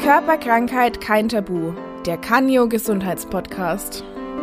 Körperkrankheit kein Tabu, der Canio Gesundheitspodcast.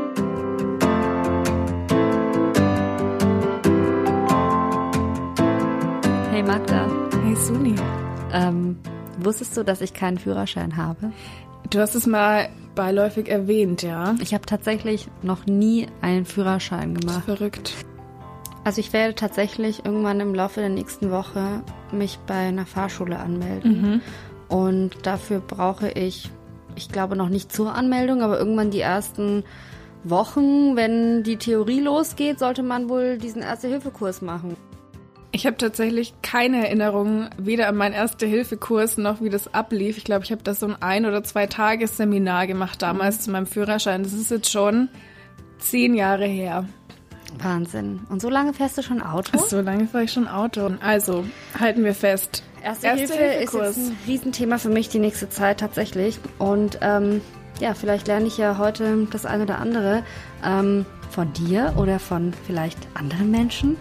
Hey Magda. Hey Suni. Wusstest du, dass ich keinen Führerschein habe? Du hast es mal beiläufig erwähnt, ja? Ich habe tatsächlich noch nie einen Führerschein gemacht. Verrückt. Also ich werde tatsächlich irgendwann im Laufe der nächsten Woche mich bei einer Fahrschule anmelden. Und dafür brauche ich glaube noch nicht zur Anmeldung, aber irgendwann die ersten Wochen, wenn die Theorie losgeht, sollte man wohl diesen Erste-Hilfe-Kurs machen. Ich habe tatsächlich keine Erinnerung, weder an meinen Erste-Hilfe-Kurs noch wie das ablief. Ich glaube, ich habe da so ein 1- oder 2-Tages-Seminar gemacht damals zu meinem Führerschein. Das ist jetzt schon 10 Jahre her. Wahnsinn. Und so lange fährst du schon Auto? So lange fahre ich schon Auto. Also, halten wir fest. Erste Hilfe ist jetzt ein Riesenthema für mich die nächste Zeit tatsächlich. Und vielleicht lerne ich ja heute das eine oder andere von dir oder von vielleicht anderen Menschen.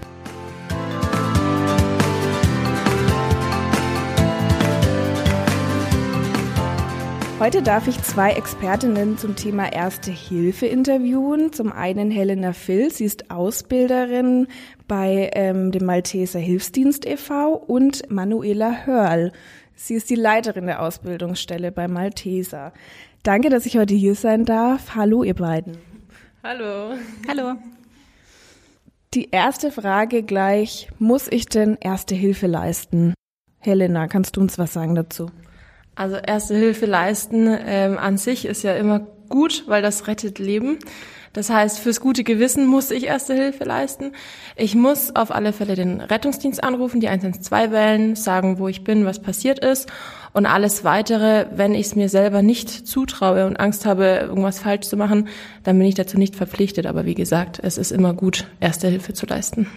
Heute darf ich 2 Expertinnen zum Thema Erste Hilfe interviewen. Zum einen Helena Filz, sie ist Ausbilderin bei dem Malteser Hilfsdienst e.V. und Manuela Hörl. Sie ist die Leiterin der Ausbildungsstelle bei Malteser. Danke, dass ich heute hier sein darf. Hallo, ihr beiden. Hallo. Hallo. Die erste Frage gleich, muss ich denn Erste Hilfe leisten? Helena, kannst du uns was sagen dazu? Also Erste Hilfe leisten an sich ist ja immer gut, weil das rettet Leben. Das heißt, fürs gute Gewissen muss ich Erste Hilfe leisten. Ich muss auf alle Fälle den Rettungsdienst anrufen, die 112 wählen, sagen, wo ich bin, was passiert ist. Und alles Weitere, wenn ich es mir selber nicht zutraue und Angst habe, irgendwas falsch zu machen, dann bin ich dazu nicht verpflichtet. Aber wie gesagt, es ist immer gut, Erste Hilfe zu leisten.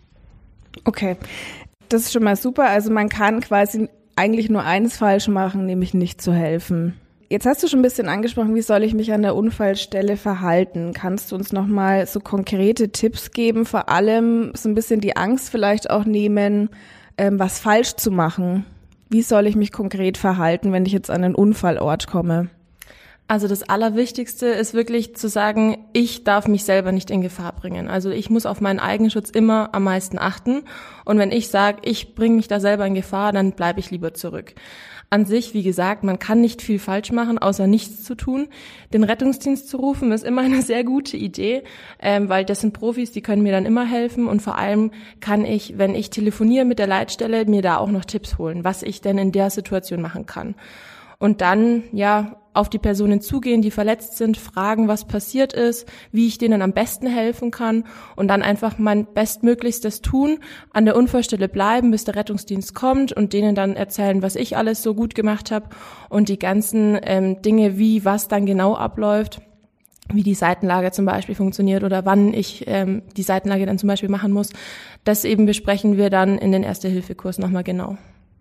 Okay, das ist schon mal super. Also man kann quasi eigentlich nur eines falsch machen, nämlich nicht zu helfen. Jetzt hast du schon ein bisschen angesprochen, wie soll ich mich an der Unfallstelle verhalten? Kannst du uns nochmal so konkrete Tipps geben, vor allem so ein bisschen die Angst vielleicht auch nehmen, was falsch zu machen? Wie soll ich mich konkret verhalten, wenn ich jetzt an einen Unfallort komme? Also das Allerwichtigste ist wirklich zu sagen, ich darf mich selber nicht in Gefahr bringen. Also ich muss auf meinen Eigenschutz immer am meisten achten. Und wenn ich sage, ich bringe mich da selber in Gefahr, dann bleibe ich lieber zurück. An sich, wie gesagt, man kann nicht viel falsch machen, außer nichts zu tun. Den Rettungsdienst zu rufen, ist immer eine sehr gute Idee, weil das sind Profis, die können mir dann immer helfen. Und vor allem kann ich, wenn ich telefoniere mit der Leitstelle, mir da auch noch Tipps holen, was ich denn in der Situation machen kann. Und dann, auf die Personen zugehen, die verletzt sind, fragen, was passiert ist, wie ich denen am besten helfen kann und dann einfach mein Bestmöglichstes tun, an der Unfallstelle bleiben, bis der Rettungsdienst kommt und denen dann erzählen, was ich alles so gut gemacht habe und die ganzen Dinge, wie was dann genau abläuft, wie die Seitenlage zum Beispiel funktioniert oder wann ich die Seitenlage dann zum Beispiel machen muss. Das eben besprechen wir dann in den Erste-Hilfe-Kurs nochmal genau.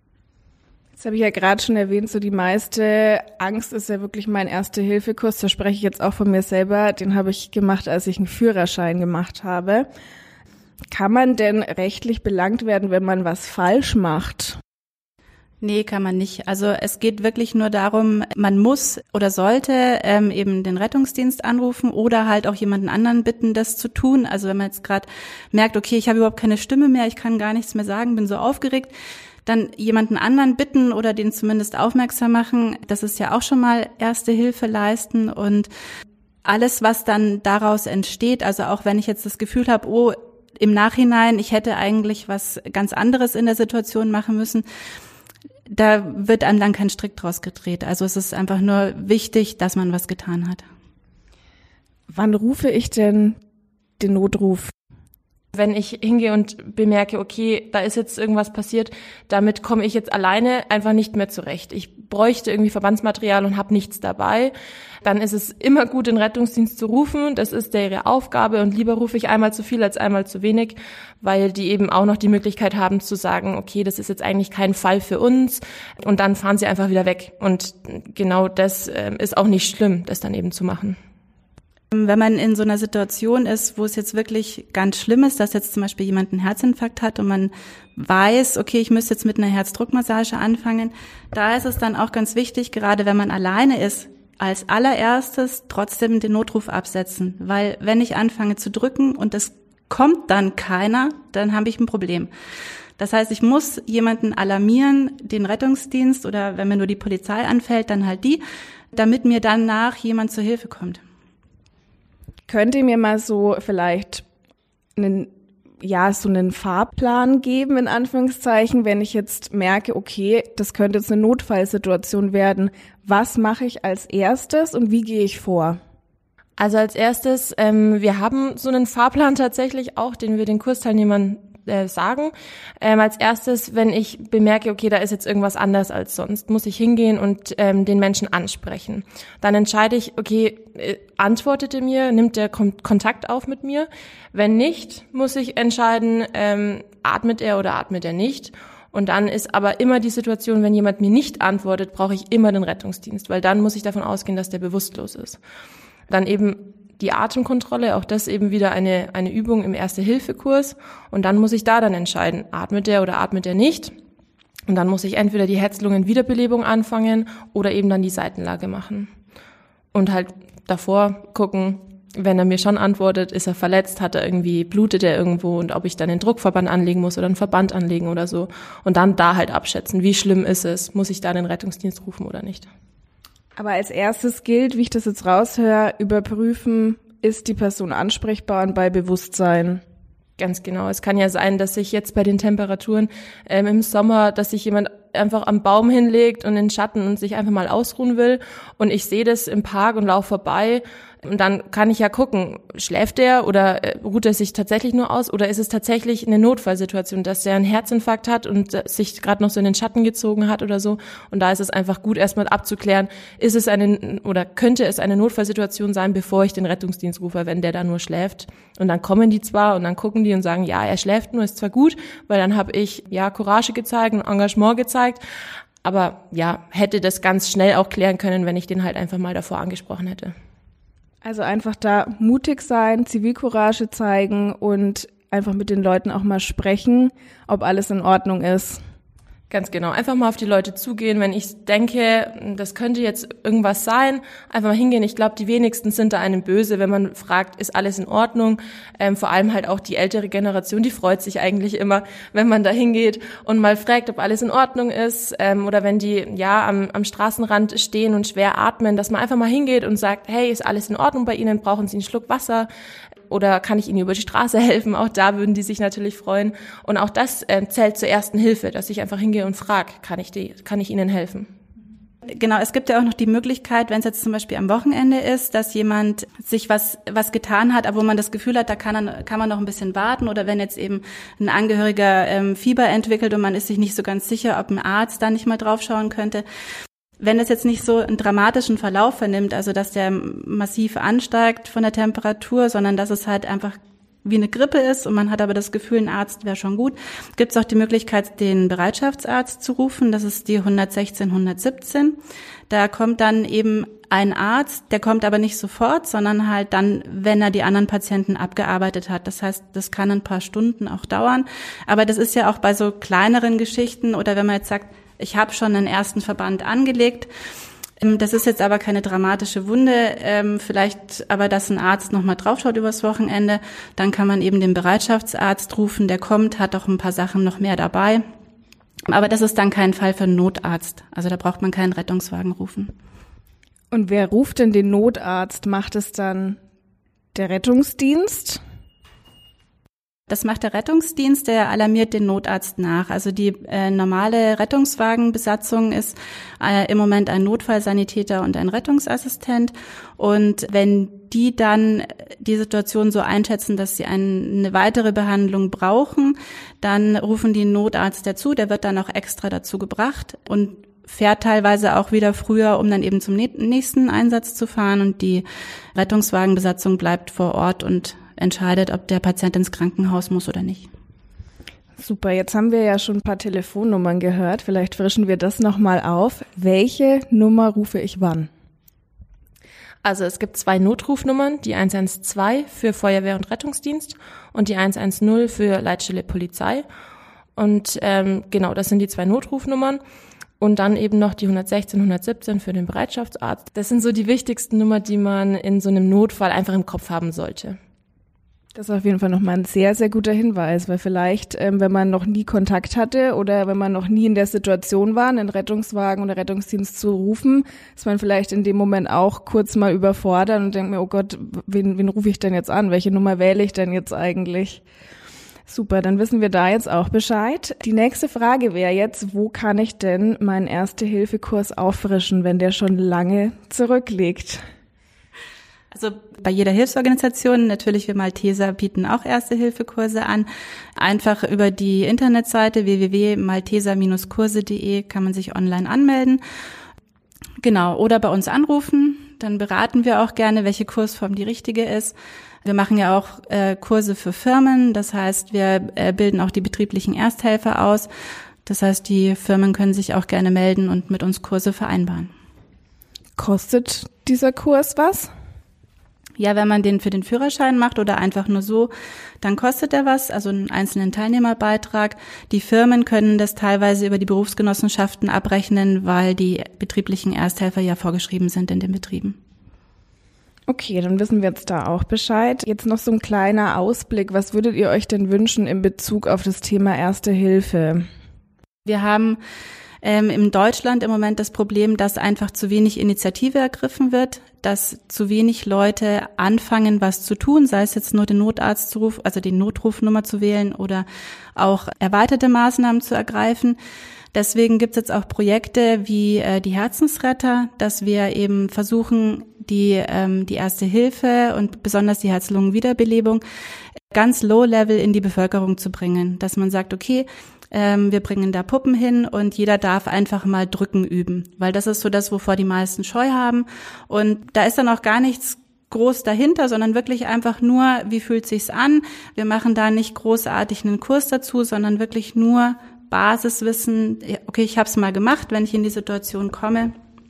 Das habe ich ja gerade schon erwähnt, so die meiste Angst ist ja wirklich mein Erste-Hilfe-Kurs. Da spreche ich jetzt auch von mir selber. Den habe ich gemacht, als ich einen Führerschein gemacht habe. Kann man denn rechtlich belangt werden, wenn man was falsch macht? Nee, kann man nicht. Also es geht wirklich nur darum, man muss oder sollte eben den Rettungsdienst anrufen oder halt auch jemanden anderen bitten, das zu tun. Also wenn man jetzt gerade merkt, okay, ich habe überhaupt keine Stimme mehr, ich kann gar nichts mehr sagen, bin so aufgeregt, dann jemanden anderen bitten oder den zumindest aufmerksam machen. Das ist ja auch schon mal Erste Hilfe leisten und alles, was dann daraus entsteht, also auch wenn ich jetzt das Gefühl habe, oh, im Nachhinein, ich hätte eigentlich was ganz anderes in der Situation machen müssen, da wird einem dann kein Strick draus gedreht. Also es ist einfach nur wichtig, dass man was getan hat. Wann rufe ich denn den Notruf? Wenn ich hingehe und bemerke, okay, da ist jetzt irgendwas passiert, damit komme ich jetzt alleine einfach nicht mehr zurecht. Ich bräuchte irgendwie Verbandsmaterial und habe nichts dabei. Dann ist es immer gut, den Rettungsdienst zu rufen. Das ist ihre Aufgabe und lieber rufe ich einmal zu viel als einmal zu wenig, weil die eben auch noch die Möglichkeit haben zu sagen, okay, das ist jetzt eigentlich kein Fall für uns und dann fahren sie einfach wieder weg. Und genau das ist auch nicht schlimm, das dann eben zu machen. Wenn man in so einer Situation ist, wo es jetzt wirklich ganz schlimm ist, dass jetzt zum Beispiel jemand einen Herzinfarkt hat und man weiß, okay, ich müsste jetzt mit einer Herzdruckmassage anfangen, da ist es dann auch ganz wichtig, gerade wenn man alleine ist, als allererstes trotzdem den Notruf absetzen. Weil wenn ich anfange zu drücken und es kommt dann keiner, dann habe ich ein Problem. Das heißt, ich muss jemanden alarmieren, den Rettungsdienst oder wenn mir nur die Polizei anfällt, dann halt die, damit mir danach jemand zur Hilfe kommt. Könnt ihr mir mal so vielleicht so einen Fahrplan geben, in Anführungszeichen, wenn ich jetzt merke, okay, das könnte jetzt eine Notfallsituation werden. Was mache ich als erstes und wie gehe ich vor? Also als erstes, wir haben so einen Fahrplan tatsächlich auch, den wir den Kursteilnehmern sagen. Als erstes, wenn ich bemerke, okay, da ist jetzt irgendwas anders als sonst, muss ich hingehen und den Menschen ansprechen. Dann entscheide ich, okay, antwortet er mir, nimmt der Kontakt auf mit mir? Wenn nicht, muss ich entscheiden, atmet er oder atmet er nicht? Und dann ist aber immer die Situation, wenn jemand mir nicht antwortet, brauche ich immer den Rettungsdienst, weil dann muss ich davon ausgehen, dass der bewusstlos ist. Dann eben die Atemkontrolle, auch das eben wieder eine Übung im Erste-Hilfe-Kurs. Und dann muss ich da dann entscheiden, atmet der oder atmet der nicht. Und dann muss ich entweder die Herz-Lungen-Wiederbelebung anfangen oder eben dann die Seitenlage machen. Und halt davor gucken, wenn er mir schon antwortet, ist er verletzt, blutet er irgendwo und ob ich dann den Druckverband anlegen muss oder einen Verband anlegen oder so. Und dann da halt abschätzen, wie schlimm ist es, muss ich da den Rettungsdienst rufen oder nicht. Aber als erstes gilt, wie ich das jetzt raushöre, überprüfen, ist die Person ansprechbar und bei Bewusstsein. Ganz genau. Es kann ja sein, dass sich jetzt bei den Temperaturen im Sommer, dass sich jemand einfach am Baum hinlegt und in den Schatten und sich einfach mal ausruhen will. Und ich sehe das im Park und laufe vorbei. Und dann kann ich ja gucken, schläft der oder ruht er sich tatsächlich nur aus oder ist es tatsächlich eine Notfallsituation, dass der einen Herzinfarkt hat und sich gerade noch so in den Schatten gezogen hat oder so. Und da ist es einfach gut, erstmal abzuklären, könnte es eine Notfallsituation sein, bevor ich den Rettungsdienst rufe, wenn der da nur schläft. Und dann kommen die zwar und dann gucken die und sagen, ja, er schläft nur, ist zwar gut, weil dann habe ich Courage gezeigt und Engagement gezeigt. Aber hätte das ganz schnell auch klären können, wenn ich den halt einfach mal davor angesprochen hätte. Also einfach da mutig sein, Zivilcourage zeigen und einfach mit den Leuten auch mal sprechen, ob alles in Ordnung ist. Ganz genau. Einfach mal auf die Leute zugehen. Wenn ich denke, das könnte jetzt irgendwas sein, einfach mal hingehen. Ich glaube, die wenigsten sind da einem böse, wenn man fragt, ist alles in Ordnung? Vor allem halt auch die ältere Generation, die freut sich eigentlich immer, wenn man da hingeht und mal fragt, ob alles in Ordnung ist. Oder wenn die am Straßenrand stehen und schwer atmen, dass man einfach mal hingeht und sagt, hey, ist alles in Ordnung bei Ihnen? Brauchen Sie einen Schluck Wasser? Oder kann ich Ihnen über die Straße helfen? Auch da würden die sich natürlich freuen. Und auch das zählt zur ersten Hilfe, dass ich einfach hingehe und frage, kann ich Ihnen helfen? Genau, es gibt ja auch noch die Möglichkeit, wenn es jetzt zum Beispiel am Wochenende ist, dass jemand sich was getan hat, aber wo man das Gefühl hat, da kann man noch ein bisschen warten, oder wenn jetzt eben ein Angehöriger Fieber entwickelt und man ist sich nicht so ganz sicher, ob ein Arzt da nicht mal draufschauen könnte. Wenn es jetzt nicht so einen dramatischen Verlauf vernimmt, also dass der massiv ansteigt von der Temperatur, sondern dass es halt einfach wie eine Grippe ist und man hat aber das Gefühl, ein Arzt wäre schon gut, gibt es auch die Möglichkeit, den Bereitschaftsarzt zu rufen. Das ist die 116 117. Da kommt dann eben ein Arzt, der kommt aber nicht sofort, sondern halt dann, wenn er die anderen Patienten abgearbeitet hat. Das heißt, das kann ein paar Stunden auch dauern. Aber das ist ja auch bei so kleineren Geschichten oder wenn man jetzt sagt, ich habe schon einen ersten Verband angelegt. Das ist jetzt aber keine dramatische Wunde. Vielleicht aber, dass ein Arzt nochmal draufschaut übers Wochenende. Dann kann man eben den Bereitschaftsarzt rufen. Der kommt, hat auch ein paar Sachen noch mehr dabei. Aber das ist dann kein Fall für einen Notarzt. Also da braucht man keinen Rettungswagen rufen. Und wer ruft denn den Notarzt? Macht es dann der Rettungsdienst? Das macht der Rettungsdienst, der alarmiert den Notarzt nach. Also die normale Rettungswagenbesatzung ist im Moment ein Notfallsanitäter und ein Rettungsassistent. Und wenn die dann die Situation so einschätzen, dass sie eine weitere Behandlung brauchen, dann rufen die einen Notarzt dazu. Der wird dann auch extra dazu gebracht und fährt teilweise auch wieder früher, um dann eben zum nächsten Einsatz zu fahren. Und die Rettungswagenbesatzung bleibt vor Ort und entscheidet, ob der Patient ins Krankenhaus muss oder nicht. Super, jetzt haben wir ja schon ein paar Telefonnummern gehört. Vielleicht frischen wir das nochmal auf. Welche Nummer rufe ich wann? Also es gibt 2 Notrufnummern, die 112 für Feuerwehr und Rettungsdienst und die 110 für Leitstelle Polizei. Und genau, das sind die 2 Notrufnummern. Und dann eben noch die 116, 117 für den Bereitschaftsarzt. Das sind so die wichtigsten Nummern, die man in so einem Notfall einfach im Kopf haben sollte. Das ist auf jeden Fall nochmal ein sehr, sehr guter Hinweis, weil vielleicht, wenn man noch nie Kontakt hatte oder wenn man noch nie in der Situation war, einen Rettungswagen oder Rettungsdienst zu rufen, ist man vielleicht in dem Moment auch kurz mal überfordert und denkt mir, oh Gott, wen rufe ich denn jetzt an? Welche Nummer wähle ich denn jetzt eigentlich? Super, dann wissen wir da jetzt auch Bescheid. Die nächste Frage wäre jetzt, wo kann ich denn meinen Erste-Hilfe-Kurs auffrischen, wenn der schon lange zurückliegt? Also bei jeder Hilfsorganisation, natürlich wir Malteser bieten auch Erste-Hilfe-Kurse an. Einfach über die Internetseite www.malteser-kurse.de kann man sich online anmelden. Genau, oder bei uns anrufen, dann beraten wir auch gerne, welche Kursform die richtige ist. Wir machen ja auch Kurse für Firmen, das heißt, wir bilden auch die betrieblichen Ersthelfer aus. Das heißt, die Firmen können sich auch gerne melden und mit uns Kurse vereinbaren. Kostet dieser Kurs was? Ja, wenn man den für den Führerschein macht oder einfach nur so, dann kostet er was, also einen einzelnen Teilnehmerbeitrag. Die Firmen können das teilweise über die Berufsgenossenschaften abrechnen, weil die betrieblichen Ersthelfer ja vorgeschrieben sind in den Betrieben. Okay, dann wissen wir jetzt da auch Bescheid. Jetzt noch so ein kleiner Ausblick. Was würdet ihr euch denn wünschen in Bezug auf das Thema Erste Hilfe? Wir haben in Deutschland im Moment das Problem, dass einfach zu wenig Initiative ergriffen wird, dass zu wenig Leute anfangen, was zu tun, sei es jetzt nur den Notarzt zu rufen, also die Notrufnummer zu wählen oder auch erweiterte Maßnahmen zu ergreifen. Deswegen gibt es jetzt auch Projekte wie die Herzensretter, dass wir eben versuchen, die Erste Hilfe und besonders die Herz-Lungen-Wiederbelebung ganz low-level in die Bevölkerung zu bringen. Dass man sagt, okay, wir bringen da Puppen hin und jeder darf einfach mal drücken üben, weil das ist so das, wovor die meisten Scheu haben. Und da ist dann auch gar nichts groß dahinter, sondern wirklich einfach nur, wie fühlt sich's an? Wir machen da nicht großartig einen Kurs dazu, sondern wirklich nur Basiswissen. Okay, ich habe es mal gemacht, wenn ich in die Situation komme,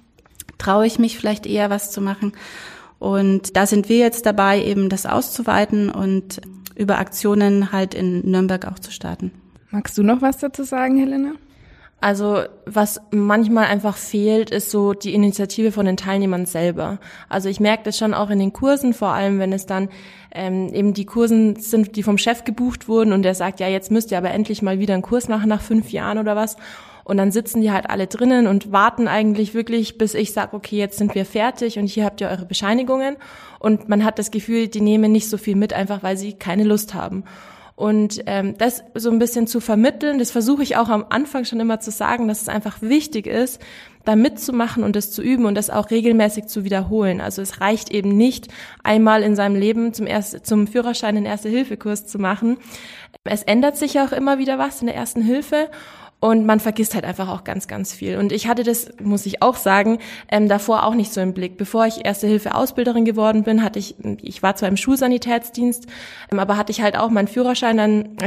traue ich mich vielleicht eher was zu machen. Und da sind wir jetzt dabei, eben das auszuweiten und über Aktionen halt in Nürnberg auch zu starten. Magst du noch was dazu sagen, Helena? Also was manchmal einfach fehlt, ist so die Initiative von den Teilnehmern selber. Also ich merke das schon auch in den Kursen, vor allem wenn es dann eben die Kursen sind, die vom Chef gebucht wurden und der sagt, ja, jetzt müsst ihr aber endlich mal wieder einen Kurs machen nach 5 Jahren oder was. Und dann sitzen die halt alle drinnen und warten eigentlich wirklich, bis ich sage, okay, jetzt sind wir fertig und hier habt ihr eure Bescheinigungen. Und man hat das Gefühl, die nehmen nicht so viel mit, einfach weil sie keine Lust haben. Und das so ein bisschen zu vermitteln, das versuche ich auch am Anfang schon immer zu sagen, dass es einfach wichtig ist, da mitzumachen und das zu üben und das auch regelmäßig zu wiederholen. Also es reicht eben nicht, einmal in seinem Leben zum Führerschein einen Erste-Hilfe-Kurs zu machen. Es ändert sich auch immer wieder was in der Ersten Hilfe. Und man vergisst halt einfach auch ganz, ganz viel. Und ich hatte das, muss ich auch sagen, davor auch nicht so im Blick. Bevor ich Erste-Hilfe-Ausbilderin geworden bin, ich war zwar im Schulsanitätsdienst, aber hatte ich halt auch meinen Führerschein, dann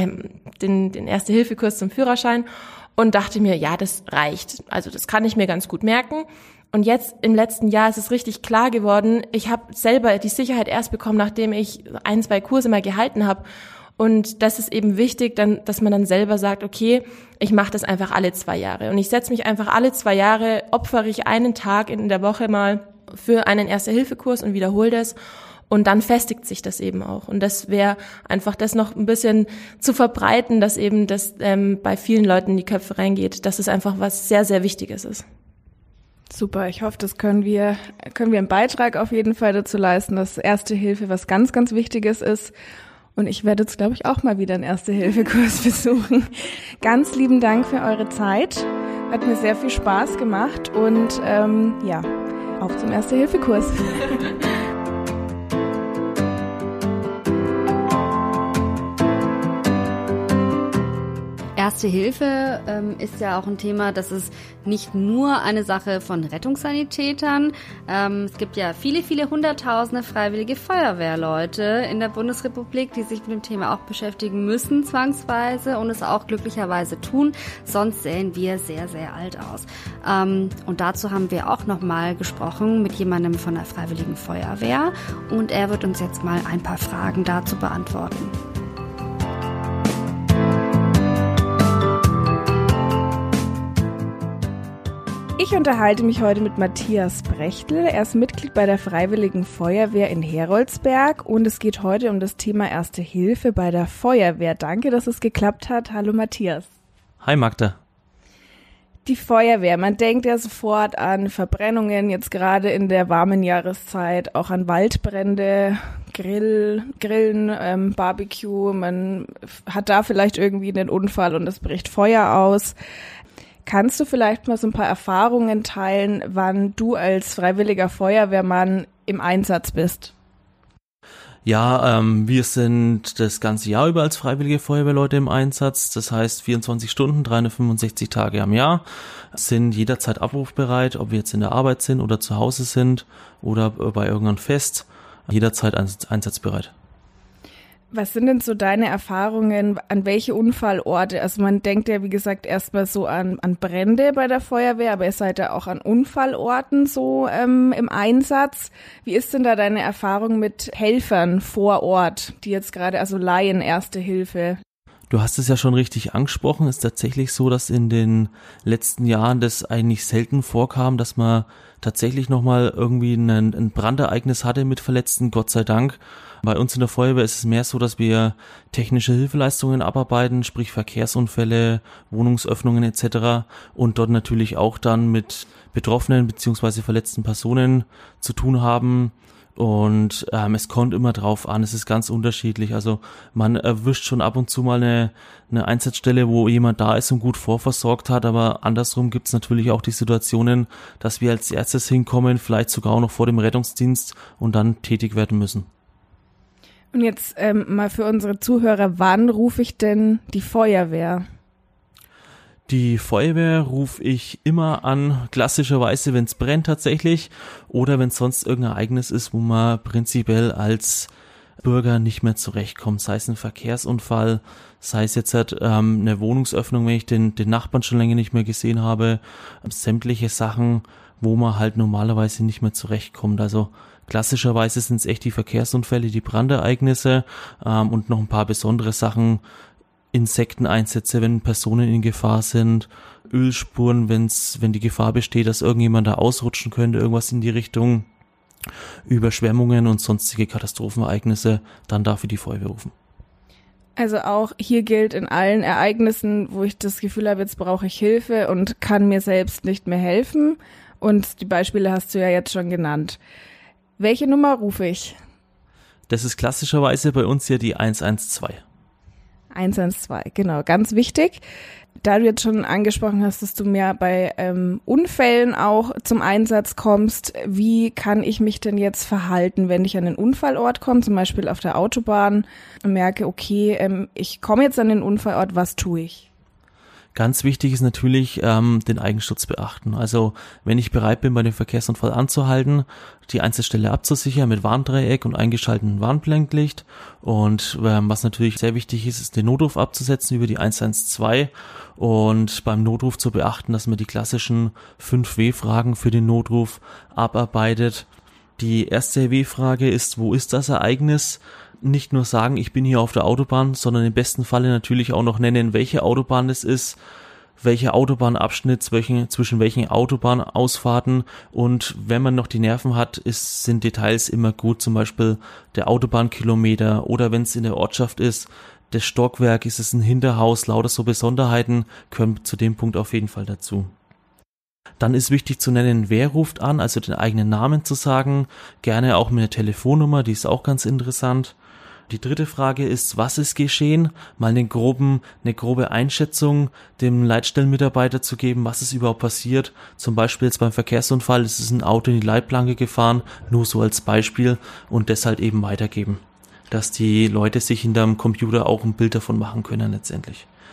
den Erste-Hilfe-Kurs zum Führerschein und dachte mir, ja, das reicht. Also das kann ich mir ganz gut merken. Und jetzt im letzten Jahr ist es richtig klar geworden, ich habe selber die Sicherheit erst bekommen, nachdem ich 1, 2 Kurse mal gehalten habe. Und das ist eben wichtig, dass man dann selber sagt, okay, ich mache das einfach alle 2 Jahre. Und ich setze mich einfach alle 2 Jahre, opfere ich einen Tag in der Woche mal für einen Erste-Hilfe-Kurs und wiederhole das. Und dann festigt sich das eben auch. Und das wäre einfach das noch ein bisschen zu verbreiten, dass eben das bei vielen Leuten in die Köpfe reingeht, dass es einfach was sehr, sehr Wichtiges ist. Super, ich hoffe, das können wir einen Beitrag auf jeden Fall dazu leisten, dass Erste Hilfe was ganz, ganz Wichtiges ist. Und ich werde jetzt, glaube ich, auch mal wieder einen Erste-Hilfe-Kurs besuchen. Ganz lieben Dank für eure Zeit. Hat mir sehr viel Spaß gemacht. Und auf zum Erste-Hilfe-Kurs. Erste Hilfe ist ja auch ein Thema, das ist nicht nur eine Sache von Rettungssanitätern. Es gibt ja viele, viele Hunderttausende freiwillige Feuerwehrleute in der Bundesrepublik, die sich mit dem Thema auch beschäftigen müssen zwangsweise und es auch glücklicherweise tun. Sonst sähen wir sehr, sehr alt aus. Und dazu haben wir auch nochmal gesprochen mit jemandem von der Freiwilligen Feuerwehr und er wird uns jetzt mal ein paar Fragen dazu beantworten. Ich unterhalte mich heute mit Matthias Brechtl. Er ist Mitglied bei der Freiwilligen Feuerwehr in Heroldsberg und es geht heute um das Thema Erste Hilfe bei der Feuerwehr. Danke, dass es geklappt hat. Hallo Matthias. Hi Magda. Die Feuerwehr, man denkt ja sofort an Verbrennungen, jetzt gerade in der warmen Jahreszeit, auch an Waldbrände, Grillen, Barbecue. Man hat da vielleicht irgendwie einen Unfall und es bricht Feuer aus. Kannst du vielleicht mal so ein paar Erfahrungen teilen, wann du als freiwilliger Feuerwehrmann im Einsatz bist? Ja, wir sind das ganze Jahr über als freiwillige Feuerwehrleute im Einsatz. Das heißt 24 Stunden, 365 Tage am Jahr, sind jederzeit abrufbereit, ob wir jetzt in der Arbeit sind oder zu Hause sind oder bei irgendeinem Fest, jederzeit einsatzbereit. Was sind denn so deine Erfahrungen, an welche Unfallorte? Also man denkt ja, wie gesagt, erstmal so an Brände bei der Feuerwehr, aber ihr seid ja auch an Unfallorten so im Einsatz. Wie ist denn da deine Erfahrung mit Helfern vor Ort, die jetzt gerade, also Laien Erste Hilfe? Du hast es ja schon richtig angesprochen, es ist tatsächlich so, dass in den letzten Jahren das eigentlich selten vorkam, dass man tatsächlich nochmal irgendwie ein Brandereignis hatte mit Verletzten, Gott sei Dank. Bei uns in der Feuerwehr ist es mehr so, dass wir technische Hilfeleistungen abarbeiten, sprich Verkehrsunfälle, Wohnungsöffnungen etc. und dort natürlich auch dann mit betroffenen bzw. verletzten Personen zu tun haben. Und es kommt immer drauf an, es ist ganz unterschiedlich. Also man erwischt schon ab und zu mal eine Einsatzstelle, wo jemand da ist und gut vorversorgt hat, aber andersrum gibt es natürlich auch die Situationen, dass wir als erstes hinkommen, vielleicht sogar auch noch vor dem Rettungsdienst und dann tätig werden müssen. Und jetzt mal für unsere Zuhörer, wann rufe ich denn die Feuerwehr? Die Feuerwehr rufe ich immer an, klassischerweise, wenn es brennt tatsächlich oder wenn es sonst irgendein Ereignis ist, wo man prinzipiell als Bürger nicht mehr zurechtkommt, sei es ein Verkehrsunfall, sei es jetzt eine Wohnungsöffnung, wenn ich den Nachbarn schon länger nicht mehr gesehen habe, sämtliche Sachen, wo man halt normalerweise nicht mehr zurechtkommt. Also klassischerweise sind es echt die Verkehrsunfälle, die Brandereignisse und noch ein paar besondere Sachen, Insekteneinsätze, wenn Personen in Gefahr sind, Ölspuren, wenn die Gefahr besteht, dass irgendjemand da ausrutschen könnte, irgendwas in die Richtung, Überschwemmungen und sonstige Katastrophenereignisse, dann dafür die Feuerwehr rufen. Also auch hier gilt in allen Ereignissen, wo ich das Gefühl habe, jetzt brauche ich Hilfe und kann mir selbst nicht mehr helfen. Und die Beispiele hast du ja jetzt schon genannt. Welche Nummer rufe ich? Das ist klassischerweise bei uns ja die 112. 112, genau, ganz wichtig. Da du jetzt schon angesprochen hast, dass du mehr bei Unfällen auch zum Einsatz kommst, wie kann ich mich denn jetzt verhalten, wenn ich an den Unfallort komme, zum Beispiel auf der Autobahn und merke, okay, ich komme jetzt an den Unfallort, was tue ich? Ganz wichtig ist natürlich den Eigenschutz beachten. Also wenn ich bereit bin, bei dem Verkehrsunfall anzuhalten, die Einsatzstelle abzusichern mit Warndreieck und eingeschaltetem Warnblinklicht. Und was natürlich sehr wichtig ist, ist den Notruf abzusetzen über die 112 und beim Notruf zu beachten, dass man die klassischen 5 W-Fragen für den Notruf abarbeitet. Die erste W-Frage ist, wo ist das Ereignis? Nicht nur sagen, ich bin hier auf der Autobahn, sondern im besten Falle natürlich auch noch nennen, welche Autobahn es ist, welcher Autobahnabschnitt, zwischen welchen Autobahnausfahrten und wenn man noch die Nerven hat, sind Details immer gut, zum Beispiel der Autobahnkilometer oder wenn es in der Ortschaft ist, das Stockwerk, ist es ein Hinterhaus, lauter so Besonderheiten können zu dem Punkt auf jeden Fall dazu. Dann ist wichtig zu nennen, wer ruft an, also den eigenen Namen zu sagen, gerne auch mit einer Telefonnummer, die ist auch ganz interessant. Die dritte Frage ist, was ist geschehen? Mal eine grobe Einschätzung dem Leitstellenmitarbeiter zu geben, was ist überhaupt passiert. Zum Beispiel jetzt beim Verkehrsunfall ist es ein Auto in die Leitplanke gefahren, nur so als Beispiel und das halt eben weitergeben, dass die Leute sich hinterm Computer auch ein Bild davon machen können letztendlich.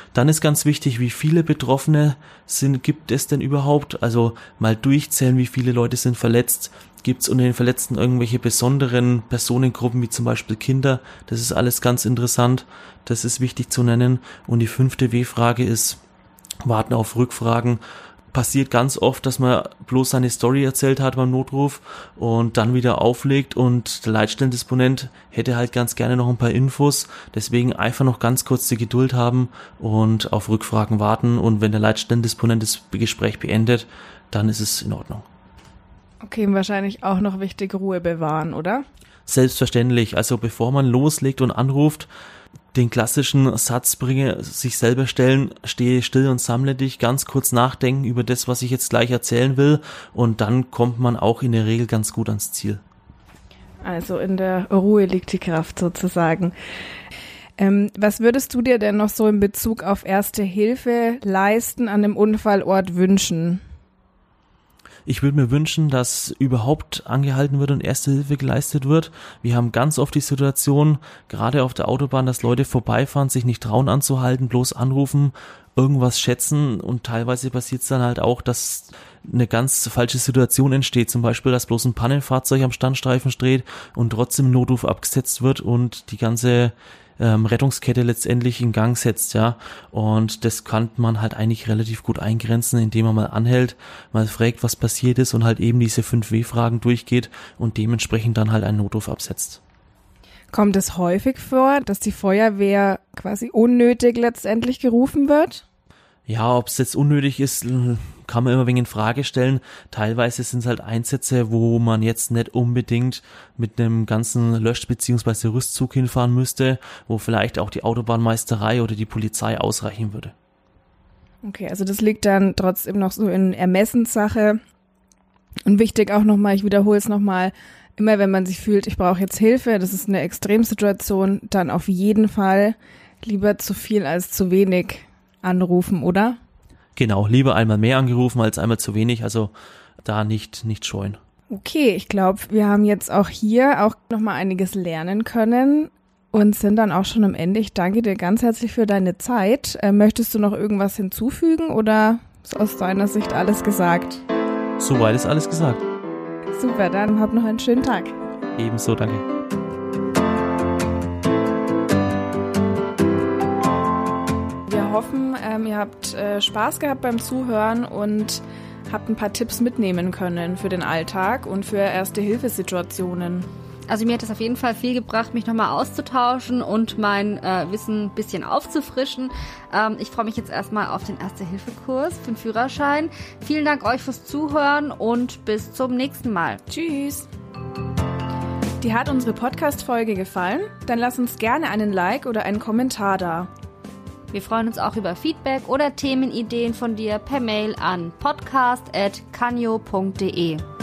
Dann ist ganz wichtig, wie viele Betroffene gibt es denn überhaupt? Also mal durchzählen, wie viele Leute sind verletzt. Gibt es unter den Verletzten irgendwelche besonderen Personengruppen, wie zum Beispiel Kinder? Das ist alles ganz interessant. Das ist wichtig zu nennen. Und die 5. W-Frage ist, warten auf Rückfragen. Passiert ganz oft, dass man bloß seine Story erzählt hat beim Notruf und dann wieder auflegt und der Leitstellendisponent hätte halt ganz gerne noch ein paar Infos. Deswegen einfach noch ganz kurz die Geduld haben und auf Rückfragen warten, und wenn der Leitstellendisponent das Gespräch beendet, dann ist es in Ordnung. Okay, wahrscheinlich auch noch wichtig, Ruhe bewahren, oder? Selbstverständlich. Also bevor man loslegt und anruft, den klassischen Satz sich selber stellen, stehe still und sammle dich, ganz kurz nachdenken über das, was ich jetzt gleich erzählen will, und dann kommt man auch in der Regel ganz gut ans Ziel. Also in der Ruhe liegt die Kraft sozusagen. Was würdest du dir denn noch so in Bezug auf Erste Hilfe leisten an dem Unfallort wünschen? Ich würde mir wünschen, dass überhaupt angehalten wird und Erste Hilfe geleistet wird. Wir haben ganz oft die Situation, gerade auf der Autobahn, dass Leute vorbeifahren, sich nicht trauen anzuhalten, bloß anrufen, irgendwas schätzen, und teilweise passiert es dann halt auch, dass eine ganz falsche Situation entsteht. Zum Beispiel, dass bloß ein Pannenfahrzeug am Standstreifen steht und trotzdem ein Notruf abgesetzt wird und die ganze Rettungskette letztendlich in Gang setzt, ja. Und das kann man halt eigentlich relativ gut eingrenzen, indem man mal anhält, mal fragt, was passiert ist, und halt eben diese 5 W-Fragen durchgeht und dementsprechend dann halt einen Notruf absetzt. Kommt es häufig vor, dass die Feuerwehr quasi unnötig letztendlich gerufen wird? Ja, ob es jetzt unnötig ist, kann man immer ein wenig in Frage stellen. Teilweise sind es halt Einsätze, wo man jetzt nicht unbedingt mit einem ganzen Lösch- bzw. Rüstzug hinfahren müsste, wo vielleicht auch die Autobahnmeisterei oder die Polizei ausreichen würde. Okay, also das liegt dann trotzdem noch so in Ermessenssache. Und wichtig auch nochmal, ich wiederhole es nochmal, immer wenn man sich fühlt, ich brauche jetzt Hilfe, das ist eine Extremsituation, dann auf jeden Fall lieber zu viel als zu wenig anrufen, oder? Genau, lieber einmal mehr angerufen als einmal zu wenig, also da nicht scheuen. Okay, ich glaube, wir haben jetzt auch hier auch nochmal einiges lernen können und sind dann auch schon am Ende. Ich danke dir ganz herzlich für deine Zeit. Möchtest du noch irgendwas hinzufügen oder ist aus deiner Sicht alles gesagt? Soweit ist alles gesagt. Super, dann hab noch einen schönen Tag. Ebenso, danke. Wir hoffen, ihr habt Spaß gehabt beim Zuhören und habt ein paar Tipps mitnehmen können für den Alltag und für Erste-Hilfe-Situationen. Also mir hat es auf jeden Fall viel gebracht, mich nochmal auszutauschen und mein Wissen ein bisschen aufzufrischen. Ich freue mich jetzt erstmal auf den Erste-Hilfe-Kurs für den Führerschein. Vielen Dank euch fürs Zuhören und bis zum nächsten Mal. Tschüss! Dir hat unsere Podcast-Folge gefallen? Dann lass uns gerne einen Like oder einen Kommentar da. Wir freuen uns auch über Feedback oder Themenideen von dir per Mail an podcast@canyo.de.